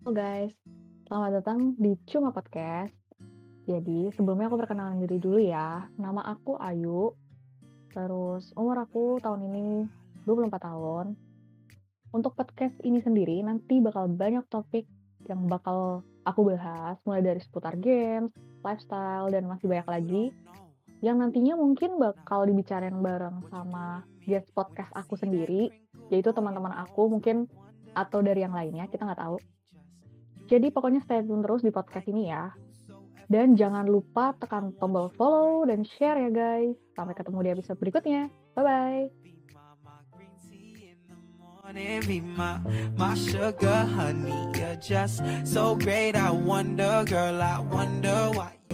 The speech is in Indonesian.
Halo guys, selamat datang di Cuma Podcast. Jadi sebelumnya aku perkenalan diri dulu ya. Nama aku Ayu, terus umur aku tahun ini 24 tahun. Untuk podcast ini sendiri nanti bakal banyak topik yang bakal aku bahas, mulai dari seputar games, lifestyle, dan masih banyak lagi. Yang nantinya mungkin bakal dibicarain bareng sama guest podcast aku sendiri, yaitu teman-teman aku mungkin atau dari yang lainnya, kita nggak tahu. Jadi pokoknya stay tune terus di podcast ini ya. Dan jangan lupa tekan tombol follow dan share ya guys. Sampai ketemu di episode berikutnya. Bye-bye. Be my sugar honey, you're just so great. I wonder, girl, I wonder why.